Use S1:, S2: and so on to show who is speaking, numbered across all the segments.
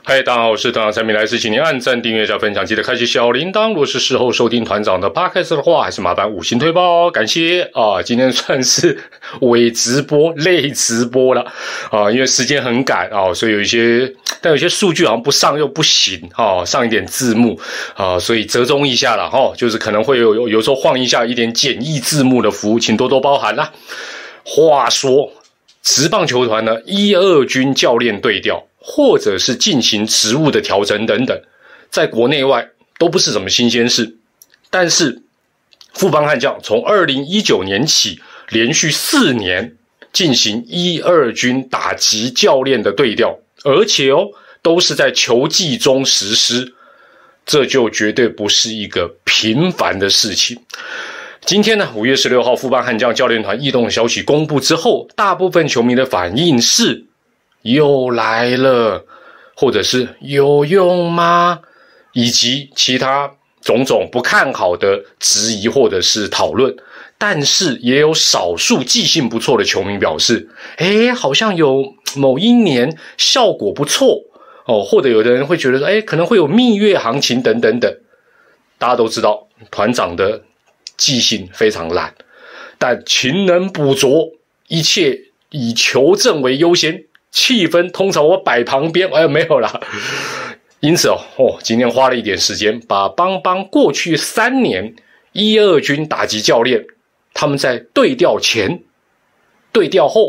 S1: 嗨，大家好，我是团长陈明，来是请您按赞、订阅加分享，记得开启小铃铛。如果是事后收听团长的 podcast 的话，还是麻烦5星推爆哦，感谢啊！今天算是伪直播、类直播了啊，因为时间很赶啊，所以有一些数据好像不上又不行啊，上一点字幕啊，所以折中一下了哈，就是可能会有时候晃一下一点简易字幕的服务，请多多包涵啦。话说，职棒球团呢，1、2军教练对调，或者是进行职务的调整等等，在国内外都不是什么新鲜事。但是富邦悍将从2019年起，连续4年进行1、2军打击教练的对调，而且都是在球季中实施，这就绝对不是一个平凡的事情。今天呢，5月16号，富邦悍将教练团异动消息公布之后，大部分球迷的反应是又来了，或者是有用吗？以及其他种种不看好的质疑或者是讨论。但是也有少数记性不错的球迷表示，好像有某一年效果不错或者有的人会觉得说，可能会有蜜月行情等等等。大家都知道团长的记性非常烂，但勤能补拙，一切以求证为优先，气氛通常我摆旁边，没有啦。因此今天花了一点时间，把邦邦过去3年1、2军打击教练他们在对调前、对调后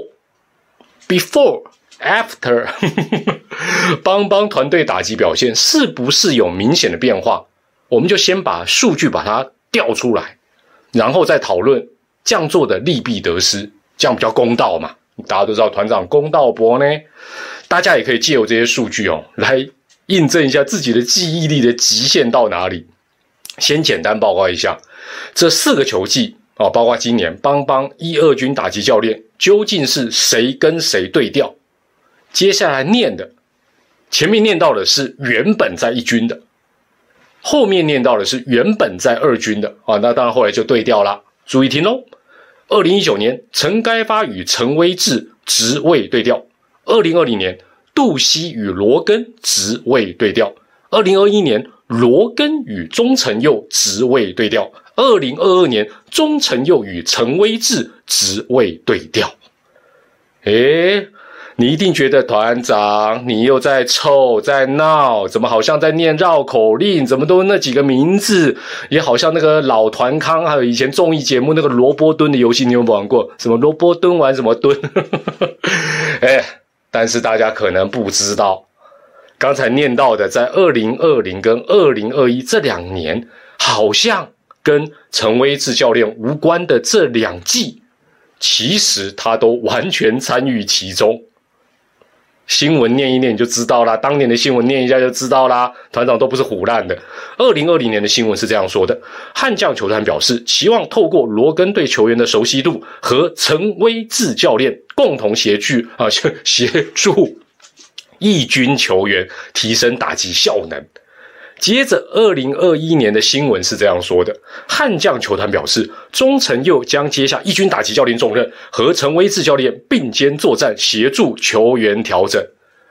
S1: before after 邦邦团队打击表现是不是有明显的变化，我们就先把数据把它调出来，然后再讨论这样做的利弊得失，这样比较公道嘛。大家都知道团长公道博呢，大家也可以借由这些数据来印证一下自己的记忆力的极限到哪里。先简单报告一下这4个球季包括今年邦邦1、2军打击教练究竟是谁跟谁对调。接下来前面念到的是原本在1军的，后面念到的是原本在2军的那当然后来就对调啦。注意听2019年陈该发与陈威志职位对调，2020年杜希与罗根职位对调，2021年罗根与钟成佑职位对调，2022年钟成佑与陈威志职位对调。你一定觉得团长你又在凑在闹，怎么好像在念绕口令，怎么都那几个名字，也好像那个老团康还有以前综艺节目那个萝卜蹲的游戏，你有没有玩过？什么萝卜蹲玩什么蹲但是大家可能不知道，刚才念到的在2020跟2021这2年好像跟陈威志教练无关的这2季，其实他都完全参与其中。新闻念一念你就知道啦，当年的新闻念一下就知道啦，团长都不是唬烂的。2020年的新闻是这样说的，悍将球团表示期望透过罗根对球员的熟悉度和陈威志教练共同协助1军球员提升打击效能。接着2021年的新闻是这样说的，悍将球团表示钟成佑将接下1军打击教练重任，和陈威志教练并肩作战，协助球员调整。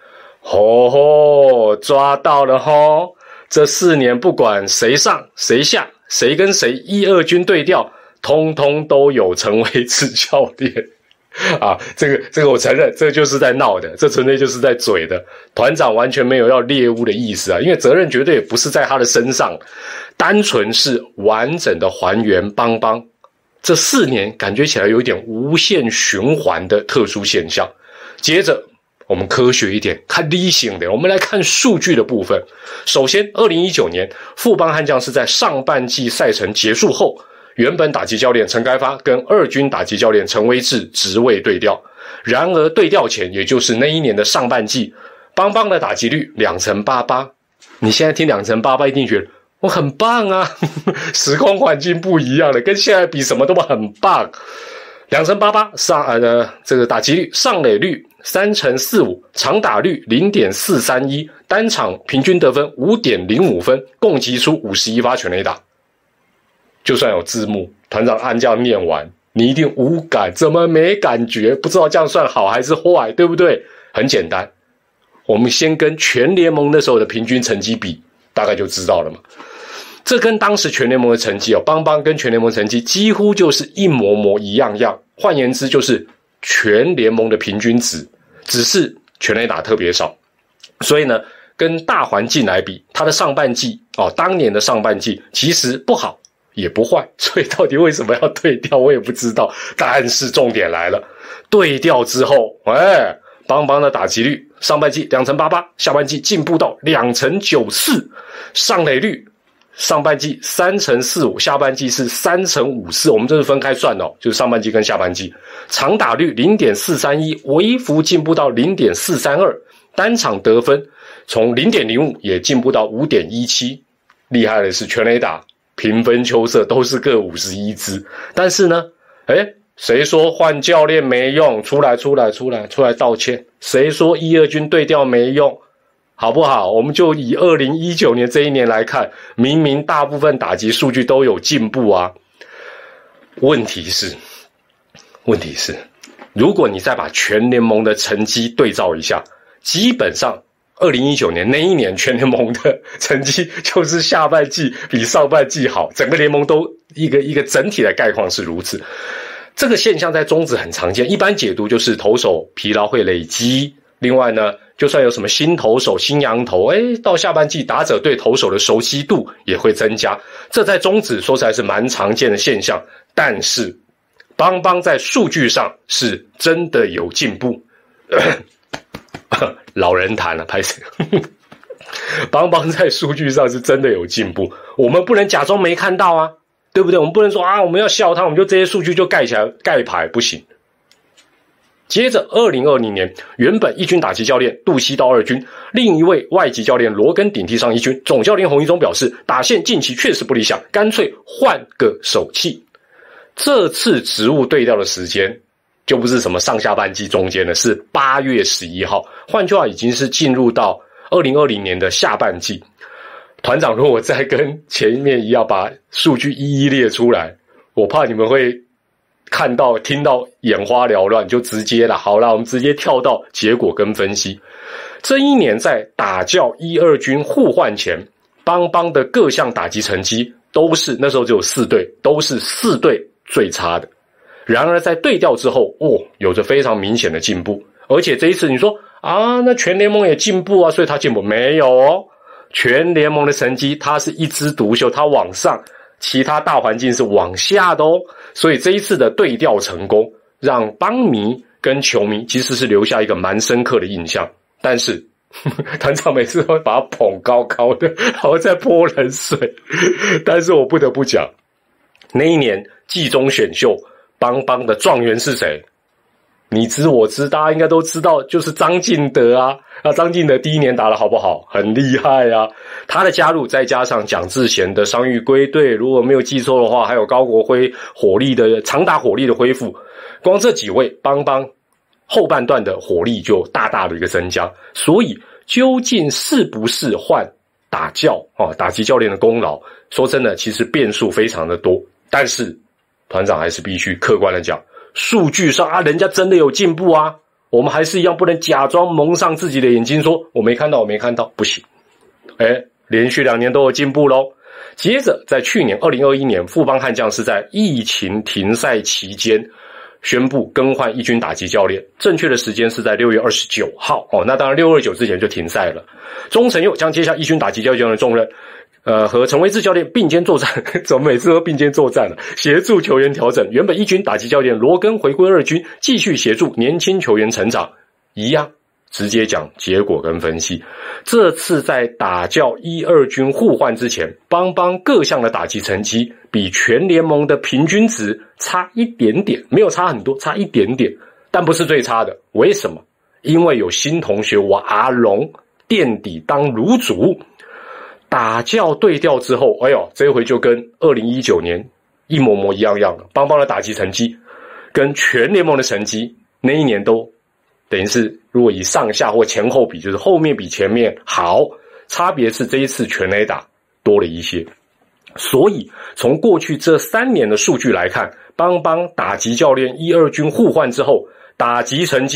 S1: 抓到了这4年不管谁上谁下，谁跟谁1、2军对调，通通都有陈威志教练这个我承认，这就是在闹的，这纯粹就是在嘴的。团长完全没有要猎污的意思因为责任绝对也不是在他的身上，单纯是完整的还原邦邦这4年感觉起来有一点无限循环的特殊现象。接着我们科学一点，看理性的，我们来看数据的部分。首先2019年富邦悍将是在上半季赛程结束后，原本打击教练陈该发跟2军打击教练陈威志职位对调。然而对调前，也就是那一年的上半季，邦邦的打击率2成88。你现在听2成88一定觉得我很棒啊时空环境不一样了，跟现在比什么都很棒。2成88这个打击率，上垒率3成45，长打率0.431，单场平均得分5.05分，共击出51发全垒打。就算有字幕，团长按这样念完，你一定无感，怎么没感觉？不知道这样算好还是坏，对不对？很简单， 我们先跟全联盟那时候的平均成绩比，大概就知道了嘛。这跟当时全联盟的成绩邦邦跟全联盟成绩几乎就是一模模一样样，换言之就是全联盟的平均值，只是全垒打特别少。所以呢，跟大环境来比，他的上半季当年的上半季其实不好也不坏，所以到底为什么要对调我也不知道。但是重点来了，对调之后邦邦的打击率上半季2.88%，下半季进步到2.94%，上垒率上半季3.45%，下半季是3.54%，我们这是分开算就是上半季跟下半季。长打率0.431，微幅进步到0.432，单场得分从0.05也进步到5.17，厉害的是全垒打平分秋色都是各51支。但是呢谁说换教练没用？出来道歉。谁说1、2军对调没用？好不好？我们就以2019年这一年来看，明明大部分打击数据都有进步啊。问题是，如果你再把全联盟的成绩对照一下，基本上2019年那一年全联盟的成绩就是下半季比上半季好，整个联盟都一个整体的概况是如此。这个现象在中职很常见，一般解读就是投手疲劳会累积，另外呢，就算有什么新投手、新洋投，到下半季打者对投手的熟悉度也会增加，这在中职说实在是蛮常见的现象。但是邦邦在数据上是真的有进步，老人谈了，拍谁？邦邦在数据上是真的有进步，我们不能假装没看到啊，对不对？我们不能说我们要笑他，我们就这些数据就盖起来盖牌，不行。接着2020年，原本一军打击教练杜西到2军，另一位外籍教练罗根顶替上1军，总教练洪一中表示，打线近期确实不理想，干脆换个手气。这次职务对调的时间就不是什么上下半季中间的，是8月11号，换句话已经是进入到2020年的下半季。团长如果再跟前面一样把数据一一列出来，我怕你们会看到听到眼花缭乱，就直接了。好啦，我们直接跳到结果跟分析。这一年在打教1、2军互换前，邦邦的各项打击成绩都是那时候只有4队，都是4队最差的。然而在对调之后，有着非常明显的进步。而且这一次你说那全联盟也进步啊，所以他进步没有全联盟的成绩他是一枝独秀，他往上，其他大环境是往下的所以这一次的对调成功，让邦迷跟球迷其实是留下一个蛮深刻的印象。但是团长每次都会把他捧高高的，然后再泼冷水。但是我不得不讲，那一年季中选秀邦邦的状元是谁？你知我知，大家应该都知道，就是张进德啊。张进德第一年打得好不好？很厉害啊。他的加入再加上蒋志贤的伤愈归队，如果没有记错的话，还有高国辉长打火力的恢复，光这几位邦邦后半段的火力就大大的一个增加。所以究竟是不是换打击教练的功劳，说真的其实变数非常的多。但是团长还是必须客观的讲，数据上人家真的有进步啊，我们还是一样不能假装蒙上自己的眼睛说我没看到，不行。连续2年都有进步咯。接着在去年2021年，富邦悍将是在疫情停赛期间宣布更换一军打击教练，正确的时间是在6月29号那当然629之前就停赛了。钟成佑将接下一军打击教练的重任，和陈维志教练并肩作战，怎么每次都并肩作战了？协助球员调整。原本一军打击教练罗根回归2军，继续协助年轻球员成长。一样，直接讲结果跟分析。这次在打教1、2军互换之前，邦邦各项的打击成绩比全联盟的平均值差一点点，没有差很多，差一点点，但不是最差的。为什么？因为有新同学阿龙垫底当卤煮。打教对调之后，这一回就跟2019年一模模一样样了。邦邦的打击成绩跟全联盟的成绩那一年都等于是，如果以上下或前后比，就是后面比前面好，差别是这一次全垒打多了一些。所以从过去这3年的数据来看，邦邦打击教练1、2军互换之后，打击成绩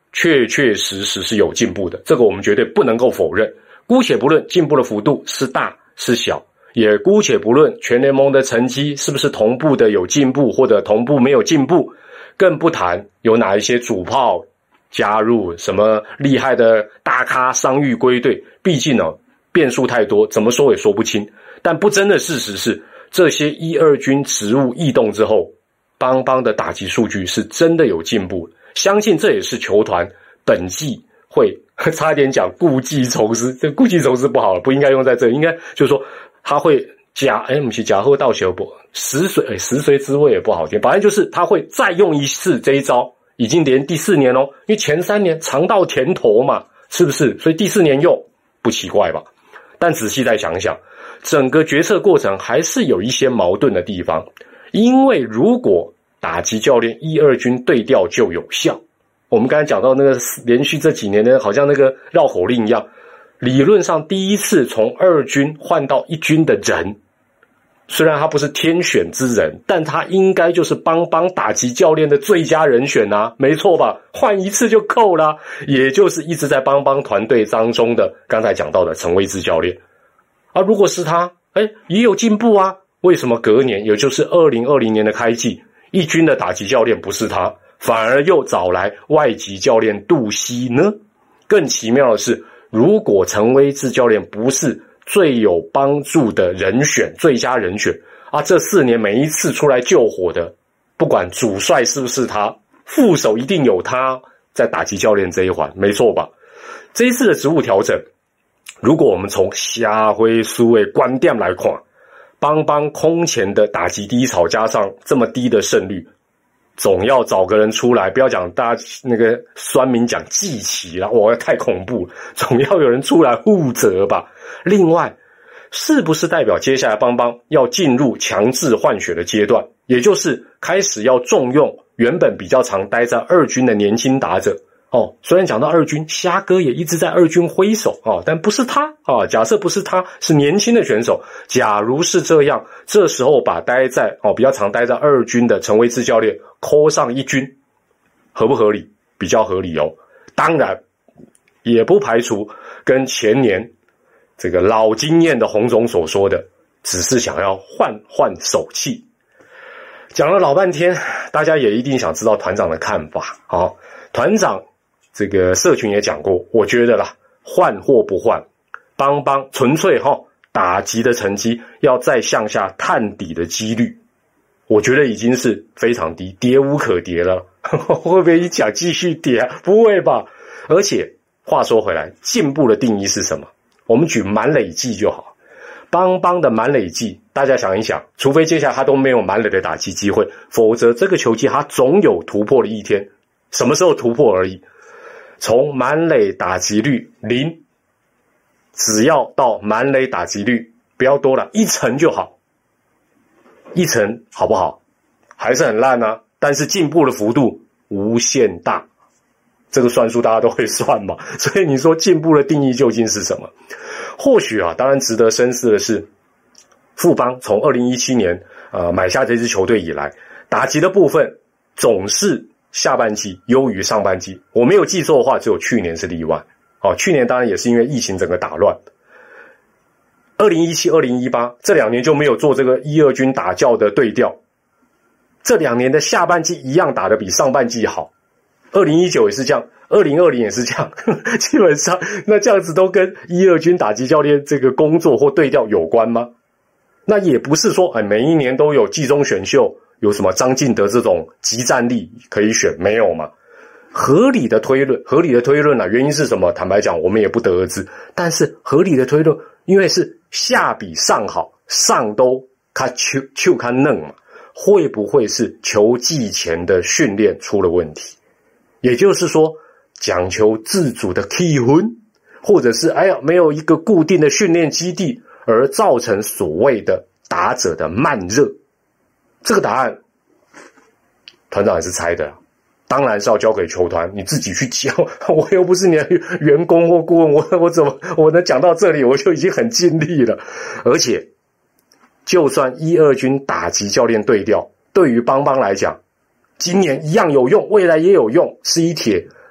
S1: 确确实实是有进步的，这个我们绝对不能够否认。姑且不论进步的幅度是大是小，也姑且不论全联盟的成绩是不是同步的有进步或者同步没有进步，更不谈有哪一些主炮加入什么厉害的大咖伤愈归队，毕竟呢变数太多，怎么说也说不清。但不争的事实是，这些一二军职务异动之后，邦邦的打击数据是真的有进步，相信这也是球团本季会差点讲故技重施，这故技重施不好了，不应该用在这，应该就是说他会不是假后到小不食髓知味也不好听，反正就是他会再用一次这一招，已经连第4年咯，因为前3年尝到甜头嘛，是不是？所以第4年用不奇怪吧？但仔细再想想，整个决策过程还是有一些矛盾的地方，因为如果打击教练1、2军对调就有效，我们刚才讲到那个连续这几年的好像那个绕口令一样，理论上第一次从2军换到1军的人，虽然他不是天选之人，但他应该就是邦邦打击教练的最佳人选啊，没错吧？换1次就够啦，也就是一直在邦邦团队当中的刚才讲到的陈威志教练啊。如果是他，也有进步啊，为什么隔年也就是2020年的开季，1军的打击教练不是他，反而又找来外籍教练杜西呢？更奇妙的是，如果陈威志教练不是最有帮助的人选，最佳人选啊，这4年每一次出来救火的，不管主帅是不是他，副手一定有他在打击教练这一环，没错吧？这一次的职务调整，如果我们从下回数位观点来看，邦邦空前的打击低潮加上这么低的胜率，总要找个人出来，不要讲大家那个酸民讲祭旗啦，哇，太恐怖了，总要有人出来负责吧。另外，是不是代表接下来邦邦要进入强制换血的阶段，也就是开始要重用原本比较常待在2军的年轻打者虽然讲到2军，虾哥也一直在2军挥手但不是他假设不是他，是年轻的选手。假如是这样，这时候把待在比较常待在2军的陈威志教练call上1军，合不合理？比较合理哦。当然，也不排除跟前年这个老经验的洪总所说的，只是想要换换手气。讲了老半天，大家也一定想知道团长的看法。团长这个社群也讲过，我觉得啦，换或不换，邦邦纯粹打击的成绩要再向下探底的几率，我觉得已经是非常低，跌无可跌了。会不会一讲继续跌啊？不会吧。而且话说回来，进步的定义是什么？我们举满垒季就好。邦邦的满垒季，大家想一想，除非接下来他都没有满垒的打击机会，否则这个球季他总有突破的一天。什么时候突破而已？从满垒打击率0，只要到满垒打击率不要多了，1成就好。1成好不好？还是很烂啊，但是进步的幅度无限大。这个算数大家都会算嘛，所以你说进步的定义究竟是什么？或许当然值得深思的是，富邦从2017年买下这支球队以来，打击的部分总是下半季优于上半季，我没有记错的话，只有去年是例外。去年当然也是因为疫情整个打乱。2017、2018这2年就没有做这个1、2军打教的对调，这2年的下半季一样打得比上半季好。2019也是这样，2020也是这样，基本上那这样子都跟1、2军打击教练这个工作或对调有关吗？那也不是说每一年都有季中选秀，有什么张进德这种即战力可以选，没有嘛？合理的推论原因是什么？坦白讲我们也不得而知，但是合理的推论，因为是下比上好，上都较嫩嘛，会不会是球季前的训练出了问题？也就是说，讲求自主的气氛，或者是没有一个固定的训练基地，而造成所谓的打者的慢热。这个答案团长也是猜的，当然是要交给球团，你自己去教，我又不是你的员工或顾问，我能讲到这里我就已经很尽力了。而且就算1、2军打击教练对调，对于邦邦来讲今年一样有用，未来也有用，是一铁，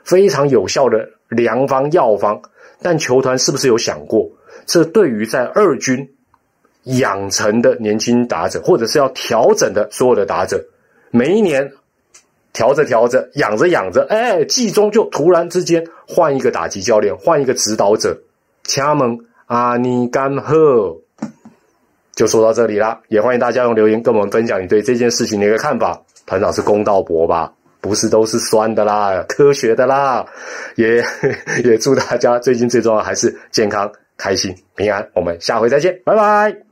S1: 非常有效的良方药方，但球团是不是有想过，这对于在二军养成的年轻打者，或者是要调整的所有的打者，每一年调着养着，季中就突然之间换一个打击教练，换一个指导者，请问阿尼甘赫。就说到这里啦，也欢迎大家用留言跟我们分享你对这件事情的一个看法。团长是公道伯吧，不是都是酸的啦，科学的啦。也祝大家最近最重要还是健康、开心、平安。我们下回再见，拜拜。